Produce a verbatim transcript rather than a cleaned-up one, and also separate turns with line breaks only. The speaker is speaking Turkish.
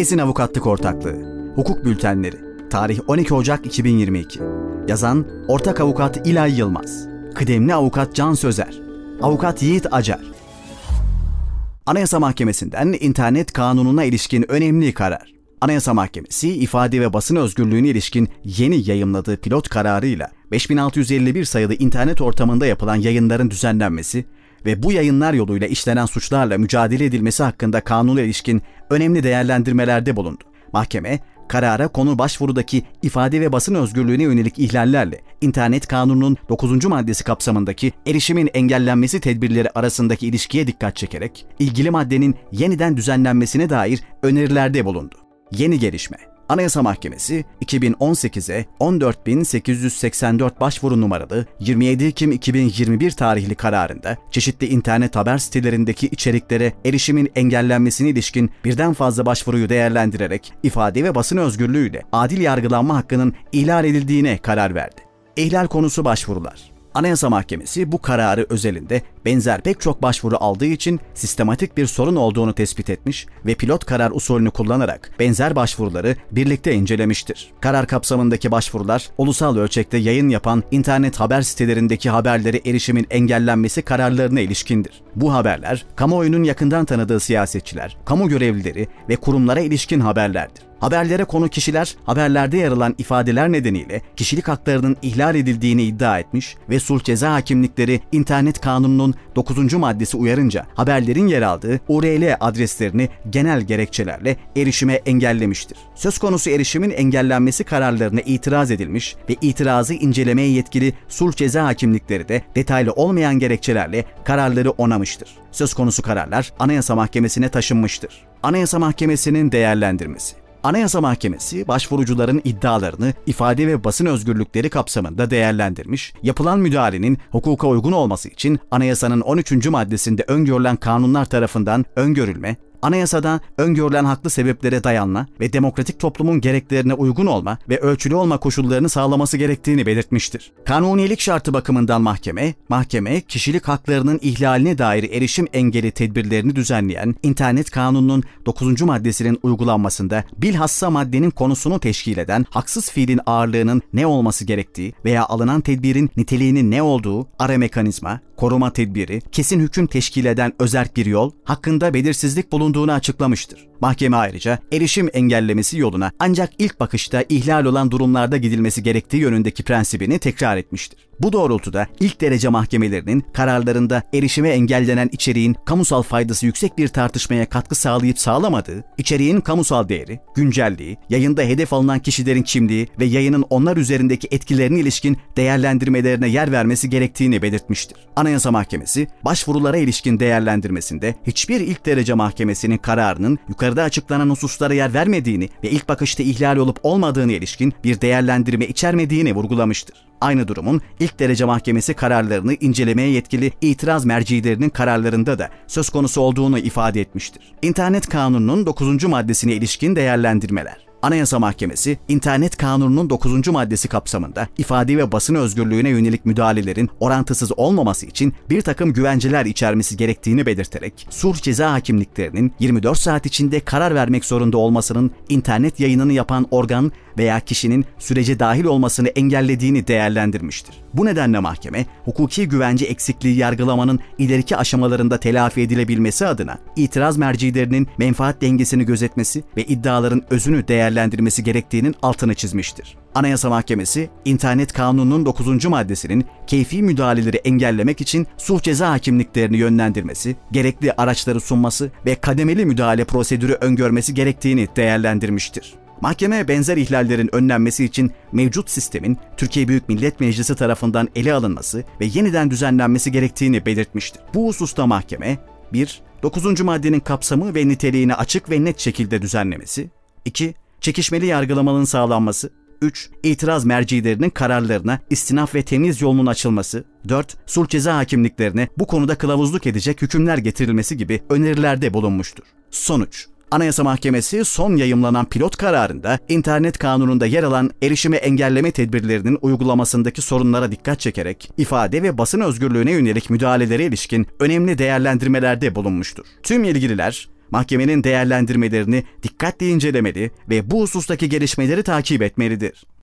Esin Avukatlık Ortaklığı. Hukuk Bültenleri. Tarih on iki Ocak iki bin yirmi iki. Yazan Ortak Avukat İlay Yılmaz. Kıdemli Avukat Can Sözer. Avukat Yiğit Acar. Anayasa Mahkemesi'nden internet kanununa ilişkin önemli karar. Anayasa Mahkemesi, ifade ve basın özgürlüğüne ilişkin yeni yayımladığı pilot kararıyla beş bin altı yüz elli bir sayılı internet ortamında yapılan yayınların düzenlenmesi ve bu yayınlar yoluyla işlenen suçlarla mücadele edilmesi hakkında kanuna ilişkin önemli değerlendirmelerde bulundu. Mahkeme, karara konu başvurudaki ifade ve basın özgürlüğüne yönelik ihlallerle internet kanununun dokuzuncu maddesi kapsamındaki erişimin engellenmesi tedbirleri arasındaki ilişkiye dikkat çekerek ilgili maddenin yeniden düzenlenmesine dair önerilerde bulundu. Yeni gelişme. Anayasa Mahkemesi iki bin on sekize on dört bin sekiz yüz seksen dört başvuru numaralı yirmi yedi Ekim iki bin yirmi bir tarihli kararında çeşitli internet haber sitelerindeki içeriklere erişimin engellenmesine ilişkin birden fazla başvuruyu değerlendirerek ifade ve basın özgürlüğüyle adil yargılanma hakkının ihlal edildiğine karar verdi. İhlal konusu başvurular. Anayasa Mahkemesi bu kararı özelinde benzer pek çok başvuru aldığı için sistematik bir sorun olduğunu tespit etmiş ve pilot karar usulünü kullanarak benzer başvuruları birlikte incelemiştir. Karar kapsamındaki başvurular, ulusal ölçekte yayın yapan internet haber sitelerindeki haberlere erişimin engellenmesi kararlarına ilişkindir. Bu haberler, kamuoyunun yakından tanıdığı siyasetçiler, kamu görevlileri ve kurumlara ilişkin haberlerdir. Haberlere konu kişiler, haberlerde yer alan ifadeler nedeniyle kişilik haklarının ihlal edildiğini iddia etmiş ve sulh ceza hakimlikleri internet kanununun dokuzuncu maddesi uyarınca haberlerin yer aldığı U R L adreslerini genel gerekçelerle erişime engellemiştir. Söz konusu erişimin engellenmesi kararlarına itiraz edilmiş ve itirazı incelemeye yetkili sulh ceza hakimlikleri de detaylı olmayan gerekçelerle kararları onamıştır. Söz konusu kararlar Anayasa Mahkemesi'ne taşınmıştır. Anayasa Mahkemesi'nin değerlendirmesi. Anayasa Mahkemesi, başvurucuların iddialarını ifade ve basın özgürlükleri kapsamında değerlendirmiş, yapılan müdahalenin hukuka uygun olması için anayasanın on üçüncü maddesinde öngörülen kanunlar tarafından öngörülme, anayasada öngörülen haklı sebeplere dayanma ve demokratik toplumun gereklerine uygun olma ve ölçülü olma koşullarını sağlaması gerektiğini belirtmiştir. Kanuniyelik şartı bakımından mahkeme, mahkeme kişilik haklarının ihlaline dair erişim engeli tedbirlerini düzenleyen internet kanununun dokuzuncu maddesinin uygulanmasında bilhassa maddenin konusunu teşkil eden haksız fiilin ağırlığının ne olması gerektiği veya alınan tedbirin niteliğinin ne olduğu, ara mekanizma, koruma tedbiri, kesin hüküm teşkil eden özerk bir yol hakkında belirsizlik bulunduğunu açıklamıştır. Mahkeme ayrıca erişim engellemesi yoluna ancak ilk bakışta ihlal olan durumlarda gidilmesi gerektiği yönündeki prensibini tekrar etmiştir. Bu doğrultuda ilk derece mahkemelerinin kararlarında erişime engellenen içeriğin kamusal faydası yüksek bir tartışmaya katkı sağlayıp sağlamadığı, içeriğin kamusal değeri, güncelliği, yayında hedef alınan kişilerin kimliği ve yayının onlar üzerindeki etkilerine ilişkin değerlendirmelerine yer vermesi gerektiğini belirtmiştir. Anayasa Mahkemesi, başvurulara ilişkin değerlendirmesinde hiçbir ilk derece mahkemesinin kararının yukarıda açıklanan hususlara yer vermediğini ve ilk bakışta ihlal olup olmadığını ilişkin bir değerlendirme içermediğini vurgulamıştır. Aynı durumun ilk derece mahkemesi kararlarını incelemeye yetkili itiraz mercilerinin kararlarında da söz konusu olduğunu ifade etmiştir. İnternet Kanunu'nun dokuzuncu maddesine ilişkin değerlendirmeler. Anayasa Mahkemesi, internet kanununun dokuzuncu maddesi kapsamında ifade ve basın özgürlüğüne yönelik müdahalelerin orantısız olmaması için bir takım güvenceler içermesi gerektiğini belirterek, sulh ceza hakimliklerinin yirmi dört saat içinde karar vermek zorunda olmasının internet yayınını yapan organ veya kişinin sürece dahil olmasını engellediğini değerlendirmiştir. Bu nedenle mahkeme, hukuki güvence eksikliği yargılamanın ileriki aşamalarında telafi edilebilmesi adına itiraz mercilerinin menfaat dengesini gözetmesi ve iddiaların özünü değerlendirmesi gerektiğinin altını çizmiştir. Anayasa Mahkemesi, internet kanununun dokuzuncu maddesinin keyfi müdahaleleri engellemek için sulh ceza hakimliklerini yönlendirmesi, gerekli araçları sunması ve kademeli müdahale prosedürü öngörmesi gerektiğini değerlendirmiştir. Mahkeme benzer ihlallerin önlenmesi için mevcut sistemin Türkiye Büyük Millet Meclisi tarafından ele alınması ve yeniden düzenlenmesi gerektiğini belirtmiştir. Bu hususta mahkeme bir dokuzuncu maddenin kapsamı ve niteliğini açık ve net şekilde düzenlemesi, iki çekişmeli yargılamanın sağlanması, üç İtiraz mercilerinin kararlarına istinaf ve temyiz yolunun açılması, dört Sulh ceza hakimliklerine bu konuda kılavuzluk edecek hükümler getirilmesi gibi önerilerde bulunmuştur. Sonuç: Anayasa Mahkemesi son yayımlanan pilot kararında internet kanununda yer alan erişimi engelleme tedbirlerinin uygulamasındaki sorunlara dikkat çekerek ifade ve basın özgürlüğüne yönelik müdahalelere ilişkin önemli değerlendirmelerde bulunmuştur. Tüm ilgililer mahkemenin değerlendirmelerini dikkatle incelemeli ve bu husustaki gelişmeleri takip etmelidir.